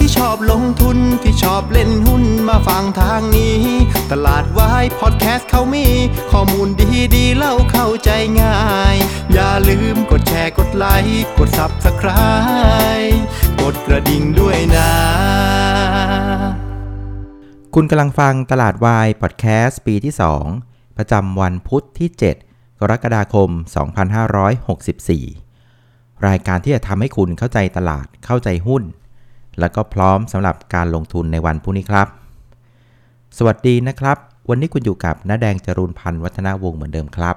ที่ชอบลงทุนที่ชอบเล่นหุ้นมาฟังทางนี้ตลาดวายพอดแคสต์เขามีข้อมูลดีๆเล่าเข้าใจง่ายอย่าลืมกดแชร์กดไลค์กด Subscribe กดกระดิ่งด้วยนะคุณกำลังฟังตลาดวายพอดแคสต์ปีที่2ประจำวันพุธที่7กรกฎาคม2564รายการที่จะทำให้คุณเข้าใจตลาดเข้าใจหุ้นและก็พร้อมสำหรับการลงทุนในวันพรุ่งนี้ครับสวัสดีนะครับวันนี้คุณอยู่กับน้าแดงจรูนพันธ์วัฒนวงศ์เหมือนเดิมครับ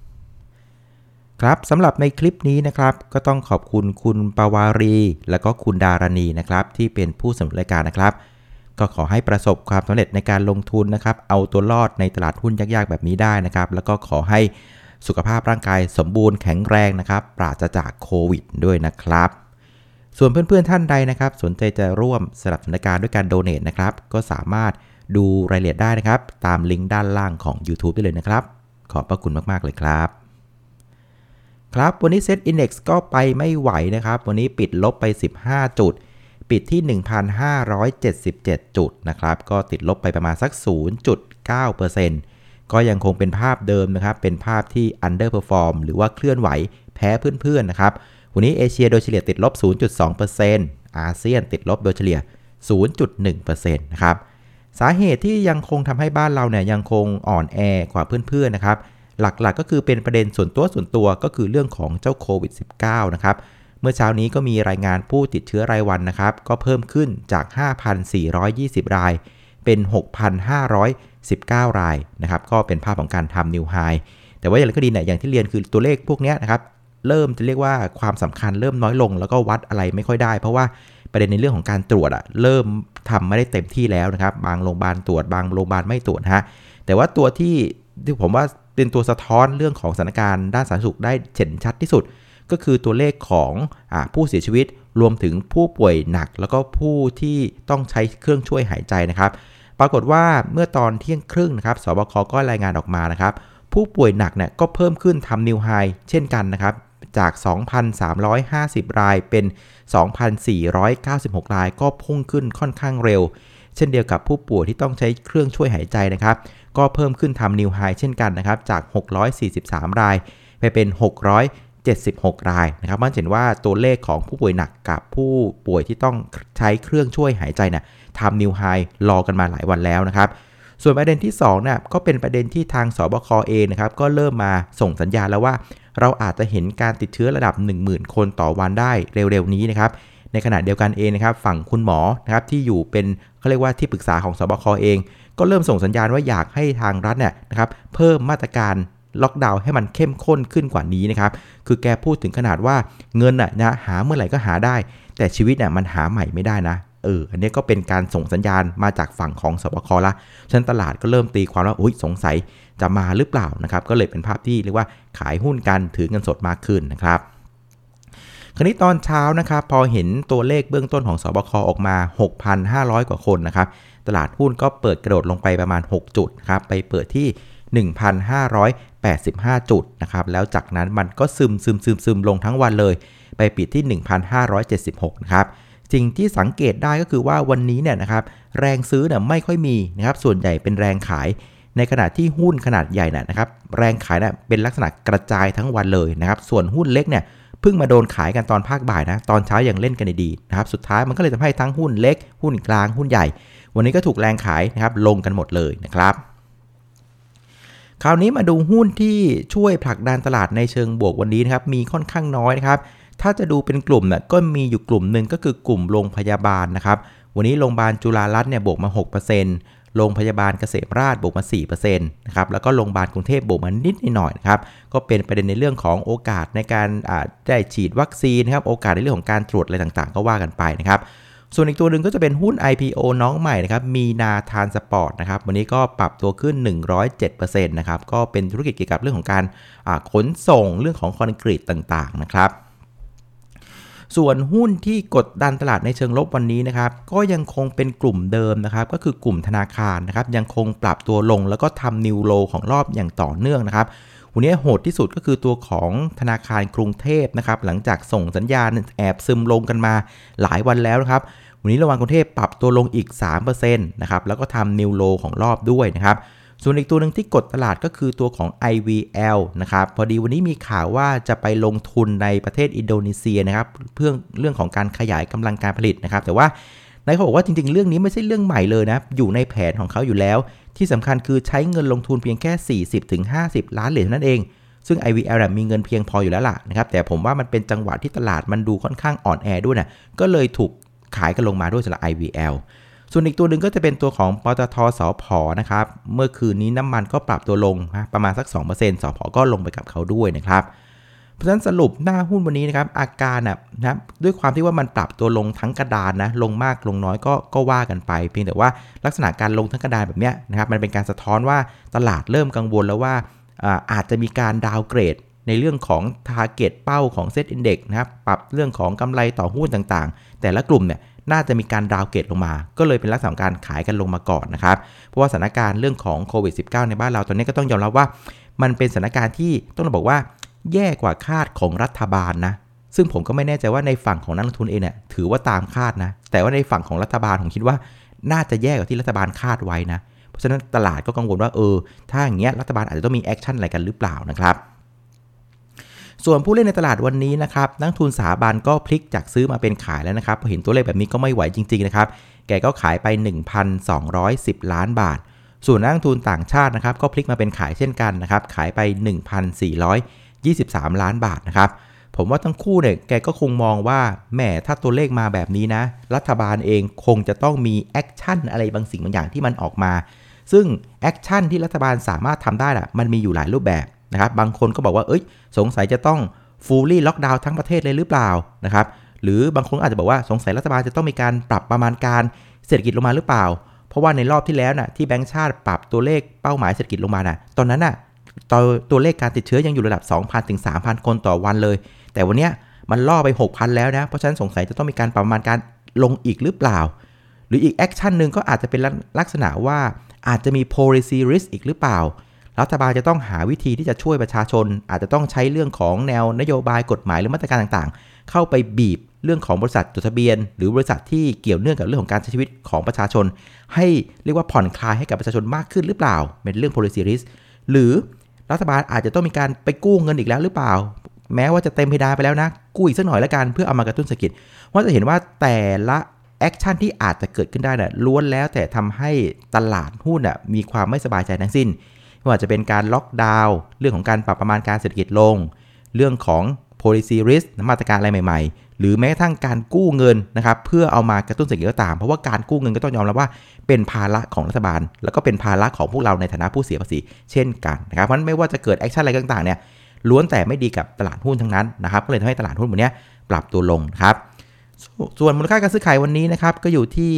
ครับสำหรับในคลิปนี้นะครับก็ต้องขอบคุณคุณปวารีและก็คุณดารณีนะครับที่เป็นผู้สนับสนุนรายการนะครับก็ขอให้ประสบความสำเร็จในการลงทุนนะครับเอาตัวรอดในตลาดหุ้นยากๆแบบนี้ได้นะครับแล้วก็ขอให้สุขภาพร่างกายสมบูรณ์แข็งแรงนะครับปราศจากโควิดด้วยนะครับส่วนเพื่อนๆท่านใดนะครับสนใจจะร่วมสนับสนุนรายการด้วยการโดเนทนะครับก็สามารถดูรายละเอียดได้นะครับตามลิงก์ด้านล่างของ YouTube ได้เลยนะครับขอบพระคุณมากๆเลยครับครับวันนี้ Set Index ก็ไปไม่ไหวนะครับวันนี้ปิดลบไป15จุดปิดที่ 1,577 จุดนะครับก็ติดลบไปประมาณสัก 0.9% ก็ยังคงเป็นภาพเดิมนะครับเป็นภาพที่ underperform หรือว่าเคลื่อนไหวแพ้เพื่อนๆนะครับวันนี้เอเชียโดยเฉลี่ยติดลบ 0.2% อาเซียนติดลบโดยเฉลี่ย 0.1% นะครับสาเหตุที่ยังคงทำให้บ้านเราเนี่ยยังคงอ่อนแอกว่าเพื่อนๆนะครับหลักๆก็คือเป็นประเด็นส่วนตัวก็คือเรื่องของเจ้าโควิด -19 นะครับเมื่อเช้านี้ก็มีรายงานผู้ติดเชื้อรายวันนะครับก็เพิ่มขึ้นจาก 5,420 รายเป็น 6,519 รายนะครับก็เป็นภาพของการทำนิวไฮแต่ว่าอย่างไรก็ดีเนี่ยอย่างที่เรียนคือตัวเลขพวกนี้นะครับเริ่มจะเรียกว่าความสำคัญเริ่มน้อยลงแล้วก็วัดอะไรไม่ค่อยได้เพราะว่าประเด็นในเรื่องของการตรวจเริ่มทำไม่ได้เต็มที่แล้วนะครับบางโรงพยาบาลตรวจบางโรงพยาบาลไม่ตรวจฮะแต่ว่าตัวที่ผมว่าเป็นตัวสะท้อนเรื่องของสถานการณ์ด้านสาธารณสุขได้เห็นชัดที่สุดก็คือตัวเลขของผู้เสียชีวิตรวมถึงผู้ป่วยหนักแล้วก็ผู้ที่ต้องใช้เครื่องช่วยหายใจนะครับปรากฏว่าเมื่อตอนเที่ยงครึ่งนะครับสบคก็รายงานออกมานะครับผู้ป่วยหนักเนี่ยก็เพิ่มขึ้นทำนิวไฮเช่นกันนะครับจาก 2,350 รายเป็น 2,496 รายก็พุ่งขึ้นค่อนข้างเร็วเช่นเดียวกับผู้ป่วยที่ต้องใช้เครื่องช่วยหายใจนะครับก็เพิ่มขึ้นทำนิวไฮเช่นกันนะครับจาก643รายไปเป็น676รายนะครับมันเห็นว่าตัวเลขของผู้ป่วยหนักกับผู้ป่วยที่ต้องใช้เครื่องช่วยหายใจเนี่ยทำนิวไฮรอกันมาหลายวันแล้วนะครับส่วนประเด็นที่2เนี่ยก็เป็นประเด็นที่ทางสบคเองนะครับก็เริ่มมาส่งสัญญาณแล้วว่าเราอาจจะเห็นการติดเชื้อระดับ 10,000 คนต่อวันได้เร็วๆนี้นะครับในขณะเดียวกันเองนะครับฝั่งคุณหมอนะครับที่อยู่เป็นเขาเรียกว่าที่ปรึกษาของสบคเองก็เริ่มส่งสัญญาณว่าอยากให้ทางรัฐเนี่ยนะครับเพิ่มมาตรการล็อกดาวน์ให้มันเข้มข้นขึ้นกว่านี้นะครับคือแกพูดถึงขนาดว่าเงินนะหาเมื่อไหร่ก็หาได้แต่ชีวิตเนี่ยมันหาใหม่ไม่ได้นะอันนี้ก็เป็นการส่งสัญญาณมาจากฝั่งของสบคละฉะนั้นตลาดก็เริ่มตีความว่าสงสัยจะมาหรือเปล่านะครับก็เลยเป็นภาพที่เรียกว่าขายหุ้นกันถือเงินสดมากขึ้นนะครับคราวนี้ตอนเช้านะครับพอเห็นตัวเลขเบื้องต้นของสบคออกมา 6,500 กว่าคนนะครับตลาดหุ้นก็เปิดกระโดดลงไปประมาณ6จุดนะครับไปเปิดที่ 1,585 จุดนะครับแล้วจากนั้นมันก็ซึมลงทั้งวันเลยไปปิดที่ 1,576 นะครับสิ่งที่สังเกตได้ก็คือว่าวันนี้เนี่ยนะครับแรงซื้อเนี่ยไม่ค่อยมีนะครับส่วนใหญ่เป็นแรงขายในขณะที่หุ้นขนาดใหญ่นะครับแรงขายเนี่ยเป็นลักษณะกระจายทั้งวันเลยนะครับส่วนหุ้นเล็กเนี่ยเพิ่งมาโดนขายกันตอนภาคบ่ายนะตอนเช้ายังเล่นกันดีนะครับสุดท้ายมันก็เลยทำให้ทั้งหุ้นเล็กหุ้นกลางหุ้นใหญ่วันนี้ก็ถูกแรงขายนะครับลงกันหมดเลยนะครับคราวนี้มาดูหุ้นที่ช่วยผลักดันตลาดในเชิงบวกวันนี้นะครับมีค่อนข้างน้อยนะครับถ้าจะดูเป็นกลุ่มเนี่ยก็มีอยู่กลุ่มหนึ่งก็คือกลุ่มโรงพยาบาลนะครับวันนี้โรงพยาบาลจุฬารัตน์เนี่ยบวกมา 6% โรงพยาบาลเกษมราษฎร์บวกมา 4% นะครับแล้วก็โรงพยาบาลกรุงเทพบวกมานิดหน่อยนะครับก็เป็นประเด็นในเรื่องของโอกาสในการได้ฉีดวัคซีนนะครับโอกาสในเรื่องของการตรวจอะไรต่างๆก็ว่ากันไปนะครับส่วนอีกตัวหนึ่งก็จะเป็นหุ้น IPO น้องใหม่นะครับมีนาทานสปอร์ตนะครับวันนี้ก็ปรับตัวขึ้น 107% นะครับก็เป็นธุรกิจเกี่ยวกับเรื่องของการขนส่งเรื่องของคอนกรีตต่างๆนะครับส่วนหุ้นที่กดดันตลาดในเชิงลบวันนี้นะครับก็ยังคงเป็นกลุ่มเดิมนะครับก็คือกลุ่มธนาคารนะครับยังคงปรับตัวลงแล้วก็ทำนิวโลของรอบอย่างต่อเนื่องนะครับวันนี้โหดที่สุดก็คือตัวของธนาคารกรุงเทพนะครับหลังจากส่งสัญญาณแอบซึมลงกันมาหลายวันแล้วนะครับวันนี้ระหว่างกรุงเทพปรับตัวลงอีก 3% นะครับแล้วก็ทำนิวโลของรอบด้วยนะครับส่วนอีกตัวหนึ่งที่กดตลาดก็คือตัวของ IVL นะครับพอดีวันนี้มีข่าวว่าจะไปลงทุนในประเทศอินโดนีเซียนะครับเพื่อเรื่องของการขยายกำลังการผลิตนะครับแต่ว่านายเขาบอกว่าจริงๆเรื่องนี้ไม่ใช่เรื่องใหม่เลยนะอยู่ในแผนของเขาอยู่แล้วที่สำคัญคือใช้เงินลงทุนเพียงแค่ 40-50 ล้านเหรียญเท่านั้นเองซึ่ง IVL มีเงินเพียงพออยู่แล้วล่ะนะครับแต่ผมว่ามันเป็นจังหวะที่ตลาดมันดูค่อนข้างอ่อนแอด้วยนะก็เลยถูกขายกันลงมาด้วยสำหรับ IVL ส่วนอีกตัวหนึ่งก็จะเป็นตัวของปตท.สผ.นะครับเมื่อคืนนี้น้ำมันก็ปรับตัวลงประมาณสัก 2% สผ.ก็ลงไปกับเขาด้วยนะครับเพราะฉะนั้นสรุปหน้าหุ้นวันนี้นะครับอาการนะครับด้วยความที่ว่ามันปรับตัวลงทั้งกระดานนะลงมากลงน้อยก็ว่ากันไปเพียงแต่ว่าลักษณะการลงทั้งกระดานแบบนี้นะครับมันเป็นการสะท้อนว่าตลาดเริ่มกังวลแล้วว่าอาจจะมีการดาวเกรดในเรื่องของ target เป้าของ Set Index นะครับปรับเรื่องของกำไรต่อหุ้นต่างๆแต่ละกลุ่มเนี่ยน่าจะมีการดาวเกรดลงมาก็เลยเป็นลักษณะการขายกันลงมาก่อนนะครับเพราะว่าสถานการณ์เรื่องของโควิด -19 ในบ้านเราตอนนี้ก็ต้องยอมรับว่ามันเป็นสถานการณ์ที่ต้องบอกว่าแย่กว่าคาดของรัฐบาลนะซึ่งผมก็ไม่แน่ใจว่าในฝั่งของนักลงทุนเองเนี่ยถือว่าตามคาดนะแต่ว่าในฝั่งของรัฐบาลผมคิดว่าน่าจะแย่กว่าที่รัฐบาลคาดไว้นะเพราะฉะนั้นตลาดก็กังวลว่าถ้าอย่างเงี้ยรัฐบาลอาจจะต้องมีแอคชั่นอะไรกันหรือเปล่านะครับส่วนผู้เล่นในตลาดวันนี้นะครับนักทุนสถาบันก็พลิกจากซื้อมาเป็นขายแล้วนะครับพอเห็นตัวเลขแบบนี้ก็ไม่ไหวจริงๆนะครับแกก็ขายไป 1,210 ล้านบาทส่วนนักทุนต่างชาตินะครับก็พลิกมาเป็นขายเช่นกันนะครับขายไป 1,423 ล้านบาทนะครับผมว่าทั้งคู่เนี่ยแกก็คงมองว่าแหมถ้าตัวเลขมาแบบนี้นะรัฐบาลเองคงจะต้องมีแอคชั่นอะไรบางสิ่งบางอย่างที่มันออกมาซึ่งแอคชั่นที่รัฐบาลสามารถทำได้มันมีอยู่หลายรูปแบบนะครับบางคนก็บอกว่าสงสัยจะต้อง fully lock down ทั้งประเทศเลยหรือเปล่านะครับหรือบางคนอาจจะบอกว่าสงสัยรัฐบาลจะต้องมีการปรับประมาณการเศรษฐกิจลงมาหรือเปล่าเพราะว่าในรอบที่แล้วที่แบงก์ชาติปรับตัวเลขเป้าหมายเศรษฐกิจลงมาตอนนั้นตัวเลขการติดเชื้อยังอยู่ระดับ 2,000 ถึง 3,000 คนต่อวันเลยแต่วันนี้มันล่อไป 6,000 แล้วนะเพราะฉะนั้นสงสัยจะต้องมีการประมาณการลงอีกหรือเปล่าหรืออีกแอคชั่นนึงก็อาจจะเป็นลักษณะว่าอาจจะมี policy risk อีกหรือเปล่ารัฐบาลจะต้องหาวิธีที่จะช่วยประชาชนอาจจะต้องใช้เรื่องของแนวนโยบายกฎหมายหรือมาตรการต่างๆเข้าไปบีบเรื่องของบริษัทจดทะเบียนหรือบริษัทที่เกี่ยวเนื่องกับเรื่องของการใช้ชีวิตของประชาชนให้เรียกว่าผ่อนคลายให้กับประชาชนมากขึ้นหรือเปล่าเป็นเรื่อง policy risk หรือรัฐบาลอาจจะต้องมีการไปกู้เงินอีกแล้วหรือเปล่าแม้ว่าจะเต็มเพดานไปแล้วนะกู้อีกสักหน่อยละกันเพื่อเอามากระตุ้นเศรษฐกิจว่าจะเห็นว่าแต่ละแอคชั่นที่อาจจะเกิดขึ้นได้ล้วนแล้วแต่ทำให้ตลาดหุ้นมีความไม่สบายใจทั้งสิ้นไม่ว่าจะเป็นการล็อกดาวน์เรื่องของการปรับประมาณการเศรษฐกิจลงเรื่องของ policy risk มาตรการอะไรใหม่ๆหรือแม้กระทั่งการกู้เงินนะครับเพื่อเอามากระตุ้นเศรษฐกิจก็ตามเพราะว่าการกู้เงินก็ต้องยอมรับว่าเป็นภาระของรัฐบาลแล้วก็เป็นภาระของพวกเราในฐานะผู้เสียภาษีเช่นกันนะครับเพราะฉะนั้นไม่ว่าจะเกิดแอคชั่นอะไรต่างๆเนี่ยล้วนแต่ไม่ดีกับตลาดหุ้นทั้งนั้นนะครับก็เลยทำให้ตลาดหุ้นวันนี้ปรับตัวลงครับส่วนมูลค่าการซื้อขายวันนี้นะครับก็อยู่ที่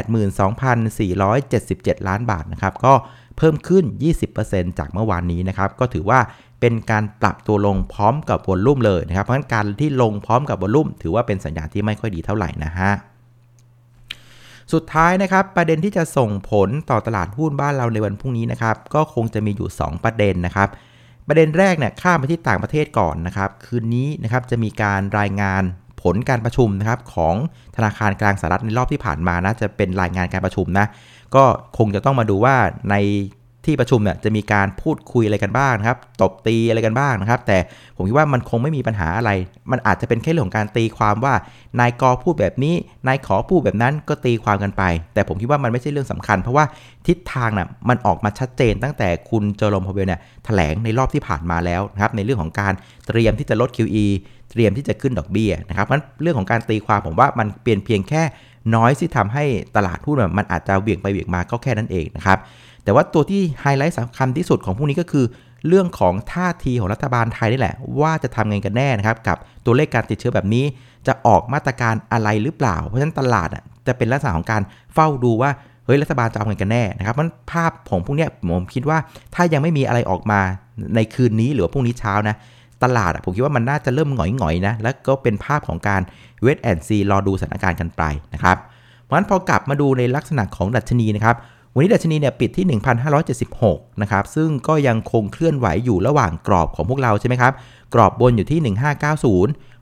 82,477 ล้านบาทนะครับก็เพิ่มขึ้น 20% จากเมื่อวานนี้นะครับก็ถือว่าเป็นการปรับตัวลงพร้อมกับวอลลุ่มเลยนะครับเพราะฉะนั้นการที่ลงพร้อมกับวอลลุ่มถือว่าเป็นสัญญาณที่ไม่ค่อยดีเท่าไหร่นะฮะสุดท้ายนะครับประเด็นที่จะส่งผลต่อตลาดหุ้นบ้านเราในวันพรุ่งนี้นะครับก็คงจะมีอยู่2ประเด็นนะครับประเด็นแรกเนี่ยข้ามไปที่ต่างประเทศก่อนนะครับคืนนี้นะครับจะมีการรายงานผลการประชุมนะครับของธนาคารกลางสหรัฐในรอบที่ผ่านมานะจะเป็นรายงานการประชุมนะก็คงจะต้องมาดูว่าในที่ประชุมเนี่ยจะมีการพูดคุยอะไรกันบ้างนะครับตบตีอะไรกันบ้างนะครับแต่ผมคิดว่ามันคงไม่มีปัญหาอะไรมันอาจจะเป็นแค่เรื่องของการตีความว่านายกพูดแบบนี้นายขอพูดแบบนั้นก็ตีความกันไปแต่ผมคิดว่ามันไม่ใช่เรื่องสำคัญเพราะว่าทิศทางน่ะมันออกมาชัดเจนตั้งแต่คุณเจอร์โรม พาวเวลเนี่ยแถลงในรอบที่ผ่านมาแล้วนะครับในเรื่องของการเตรียมที่จะลด QE เตรียมที่จะขึ้นดอกเบี้ยนะครับเพราะเรื่องของการตีความผมว่ามันเพียงแค่น้อยที่ทำให้ตลาดหุ้นมันอาจจะเหวี่ยงไปเหวี่ยงมาก็แค่นั้นเองนะครับแต่ว่าตัวที่ไฮไลท์สำคัญที่สุดของพวกนี้ก็คือเรื่องของท่าทีของรัฐบาลไทยนี่แหละว่าจะทำไงกันแน่นะครับกับตัวเลขการติดเชื้อแบบนี้จะออกมาตรการอะไรหรือเปล่าเพราะฉะนั้นตลาดจะเป็นลักษณะของการเฝ้าดูว่าเฮ้ยรัฐบาลจะเอาไงกันแน่นะครับมันภาพของพวกนี้ผมคิดว่าถ้ายังไม่มีอะไรออกมาในคืนนี้หรือว่าพรุ่งนี้เช้านะตลาดผมคิดว่ามันน่าจะเริ่มหงอยๆนะแล้วก็เป็นภาพของการเวทแอนด์ซีรอดูสถานการณ์กันไปนะครับเพราะฉะนั้นพอกลับมาดูในลักษณะของดัชนีนะครับวันนี้ดัชนีเนี่ยปิดที่ 1,576 นะครับซึ่งก็ยังคงเคลื่อนไหวอยู่ระหว่างกรอบของพวกเราใช่ไหมครับกรอบบนอยู่ที่ 1,590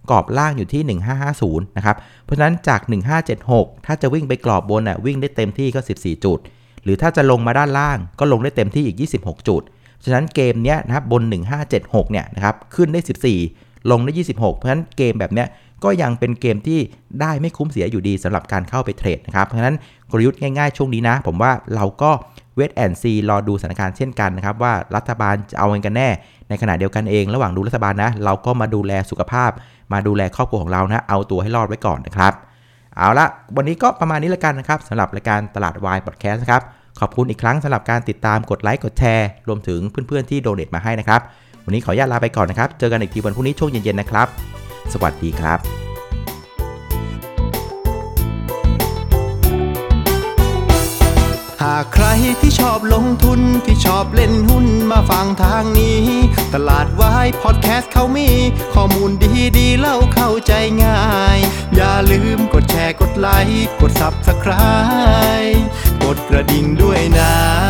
กรอบล่างอยู่ที่1550นะครับเพราะฉะนั้นจาก1576ถ้าจะวิ่งไปกรอบบนวิ่งได้เต็มที่ก็14จุดหรือถ้าจะลงมาด้านล่างก็ลงได้เต็มที่อีก26จุดฉะนั้นเกมเนี้ยนะครับบน1576เนี่ยนะครับขึ้นได้14ลงได้26เพราะฉะนั้นเกมแบบเนี้ยก็ยังเป็นเกมที่ได้ไม่คุ้มเสียอยู่ดีสำหรับการเข้าไปเทรดนะครับเพราะฉะนั้นกลยุทธ์ง่ายๆช่วงนี้นะผมว่าเราก็เวทแอนด์ซีรอดูสถานการณ์เช่นกันนะครับว่ารัฐบาลจะเอากันแน่ในขณะเดียวกันเองระหว่างดูรัฐบาลนะเราก็มาดูแลสุขภาพมาดูแลครอบครัวของเรานะเอาตัวให้รอดไว้ก่อนนะครับเอาละวันนี้ก็ประมาณนี้ละกันนะครับสำหรับรายการตลาดวายพอดแคสต์นะครับขอบคุณอีกครั้งสำหรับการติดตามกดไลค์กดแชร์รวมถึงเพื่อนๆที่โดเนทมาให้นะครับวันนี้ขออนุญาตลาไปก่อนนะครับเจอกันอีกทีวันพรุ่งนี้ช่วงเย็นๆนะครับสวัสดีครับหากใครที่ชอบลงทุนที่ชอบเล่นหุ้นมาฟังทางนี้ตลาดวายพอดแคสต์เขามีข้อมูลดีๆเล่าเข้าใจง่ายอย่าลืมกดแชร์กดไลค์กด Subscribe กดกระดิ่งด้วยนะ